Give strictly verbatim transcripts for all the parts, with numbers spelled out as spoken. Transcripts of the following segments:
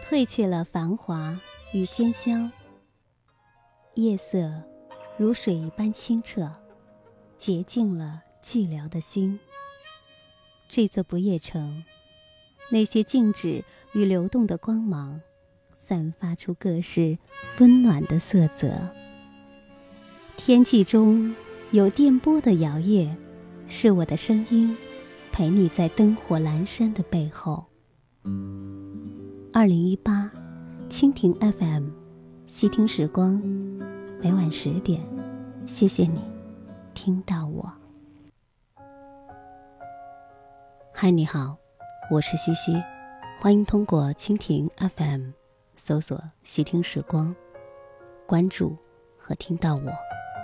褪去了繁华与喧嚣，夜色如水一般清澈，洁净了寂寥的心。这座不夜城，那些静止与流动的光芒，散发出各式温暖的色泽。天际中有电波的摇曳，是我的声音，陪你在灯火阑珊的背后。二零一八蜻蜓 F M 细听时光，每晚十点，谢谢你听到我。嗨，你好，我是西西，欢迎通过蜻蜓 F M 搜索细听时光，关注和听到我。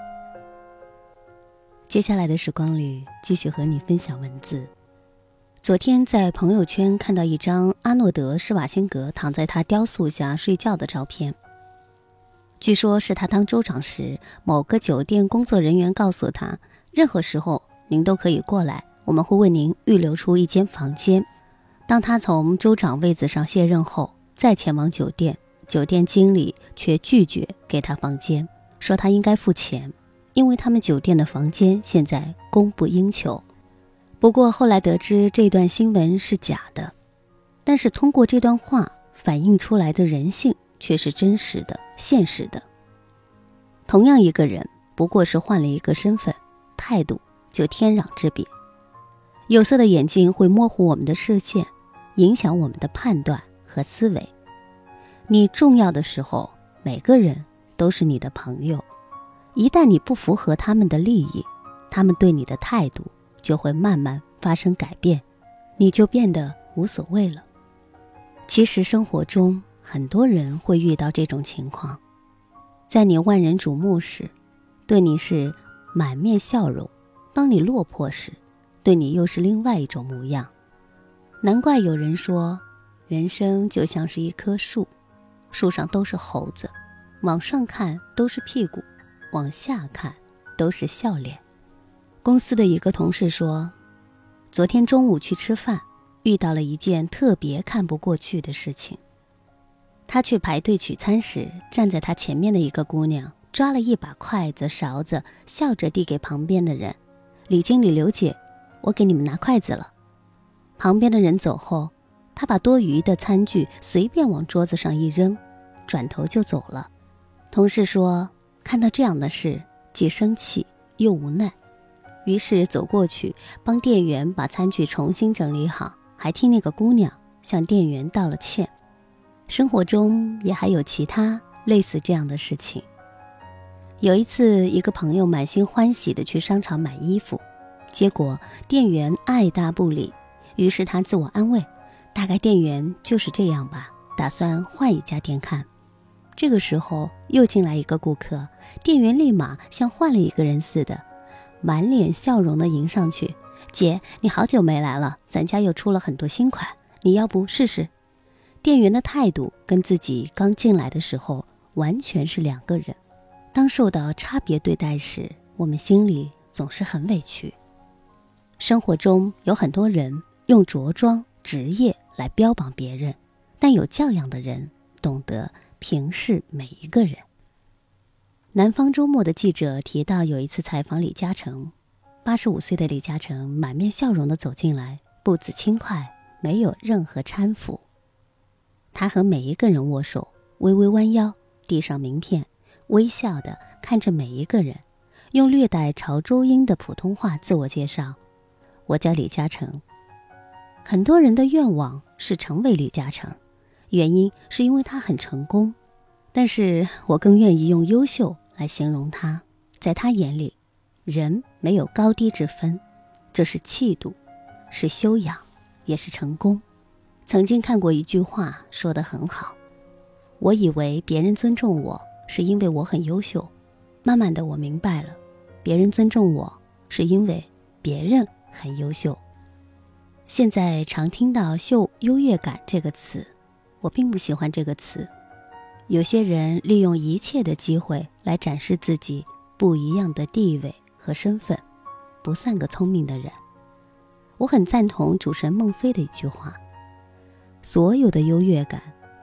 接下来的时光里，继续和你分享文字。昨天在朋友圈看到一张阿诺德·施瓦辛格躺在他雕塑下睡觉的照片，据说是他当州长时，某个酒店工作人员告诉他，任何时候您都可以过来，我们会为您预留出一间房间。当他从州长位子上卸任后，再前往酒店，酒店经理却拒绝给他房间，说他应该付钱，因为他们酒店的房间现在供不应求。不过后来得知这段新闻是假的，但是通过这段话反映出来的人性却是真实的、现实的。同样一个人，不过是换了一个身份，态度就天壤之别。有色的眼镜会模糊我们的视线，影响我们的判断和思维。你重要的时候，每个人都是你的朋友，一旦你不符合他们的利益，他们对你的态度就会慢慢发生改变，你就变得无所谓了。其实生活中很多人会遇到这种情况，在你万人瞩目时，对你是满面笑容，当你落魄时，对你又是另外一种模样。难怪有人说，人生就像是一棵树，树上都是猴子，往上看都是屁股，往下看都是笑脸。公司的一个同事说，昨天中午去吃饭，遇到了一件特别看不过去的事情。他去排队取餐时，站在他前面的一个姑娘抓了一把筷子勺子，笑着递给旁边的人，李经理刘姐，我给你们拿筷子了。旁边的人走后，他把多余的餐具随便往桌子上一扔，转头就走了。同事说，看到这样的事，既生气又无奈，于是走过去帮店员把餐具重新整理好，还替那个姑娘向店员道了歉。生活中也还有其他类似这样的事情。有一次，一个朋友满心欢喜地去商场买衣服，结果店员爱答不理，于是他自我安慰，大概店员就是这样吧，打算换一家店看。这个时候又进来一个顾客，店员立马像换了一个人似的，满脸笑容地迎上去，姐，你好久没来了，咱家又出了很多新款，你要不试试？店员的态度跟自己刚进来的时候完全是两个人。当受到差别对待时，我们心里总是很委屈。生活中有很多人用着装、职业来标榜别人，但有教养的人懂得平视每一个人。南方周末的记者提到，有一次采访李嘉诚，八十五岁的李嘉诚满面笑容地走进来，步子轻快，没有任何搀扶。他和每一个人握手，微微弯腰，递上名片，微笑地看着每一个人，用略带潮州音的普通话自我介绍，我叫李嘉诚。很多人的愿望是成为李嘉诚，原因是因为他很成功，但是我更愿意用优秀来形容他。在他眼里，人没有高低之分，这是气度，是修养，也是成功。曾经看过一句话说得很好，我以为别人尊重我是因为我很优秀，慢慢的我明白了，别人尊重我是因为别人很优秀。现在常听到秀优越感这个词，我并不喜欢这个词。有些人利用一切的机会来展示自己不一样的地位和身份，不算个聪明的人。我很赞同主持人孟非的一句话，所有的优越感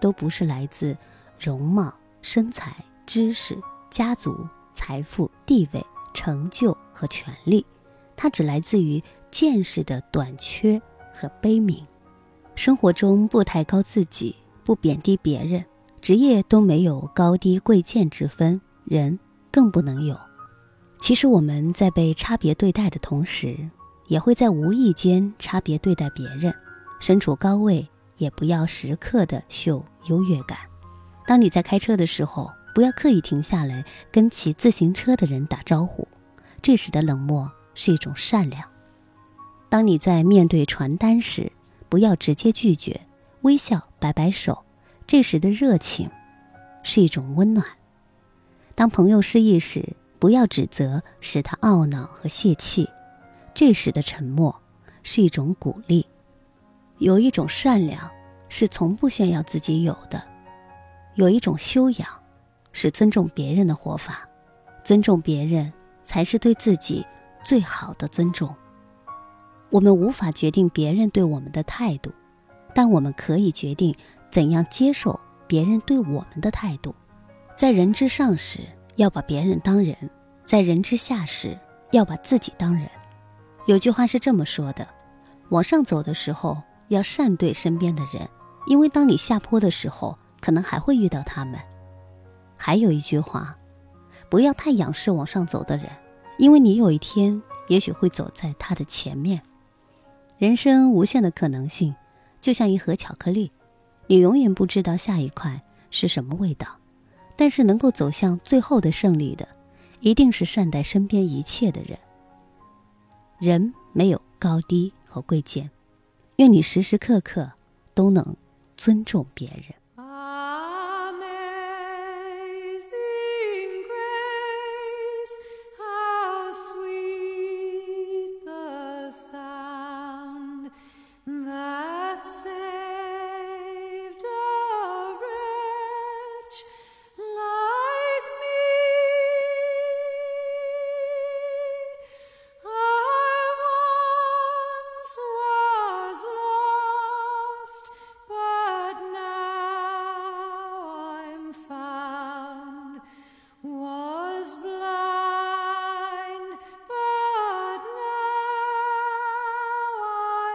都不是来自容貌、身材、知识、家族、财富、地位、成就和权利，它只来自于见识的短缺和悲悯。生活中不抬高自己，不贬低别人，职业都没有高低贵贱之分，人更不能有。其实我们在被差别对待的同时，也会在无意间差别对待别人。身处高位，也不要时刻的秀优越感。当你在开车的时候，不要刻意停下来跟骑自行车的人打招呼，这时的冷漠是一种善良。当你在面对传单时，不要直接拒绝，微笑摆摆手，这时的热情是一种温暖。当朋友失意时，不要指责，使他懊恼和泄气，这时的沉默是一种鼓励。有一种善良是从不炫耀自己有的，有一种修养是尊重别人的活法，尊重别人才是对自己最好的尊重。我们无法决定别人对我们的态度，但我们可以决定怎样接受别人对我们的态度。在人之上时，要把别人当人；在人之下时，要把自己当人。有句话是这么说的：往上走的时候，要善对身边的人，因为当你下坡的时候，可能还会遇到他们。还有一句话，不要太仰视往上走的人，因为你有一天也许会走在他的前面。人生无限的可能性，就像一盒巧克力，你永远不知道下一块是什么味道，但是能够走向最后的胜利的，一定是善待身边一切的人。人没有高低和贵贱，愿你时时刻刻都能尊重别人。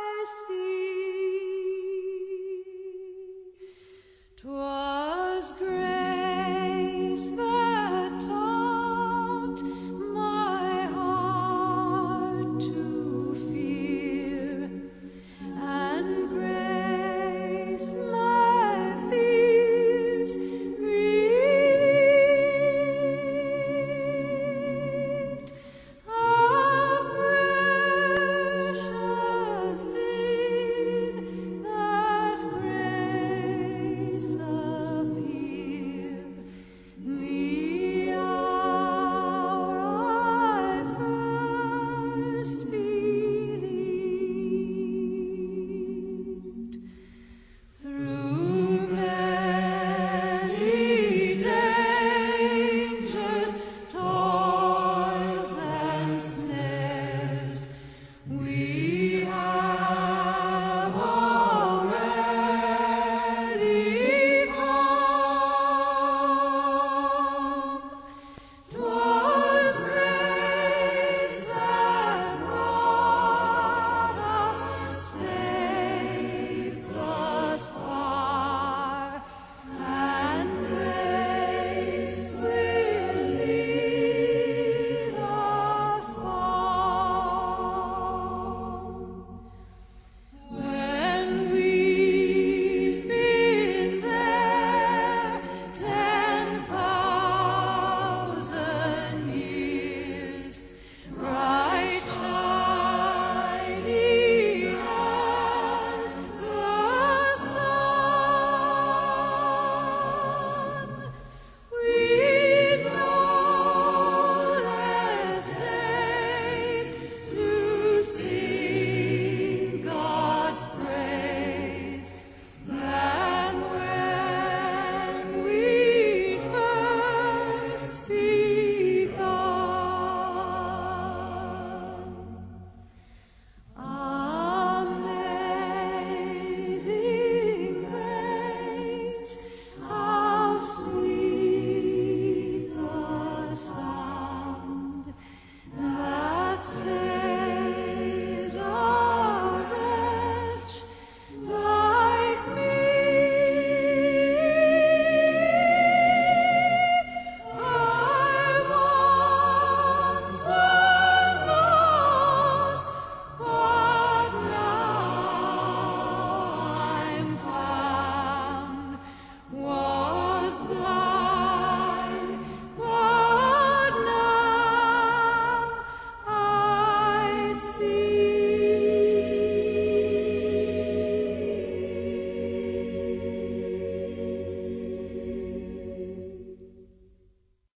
'Twas great.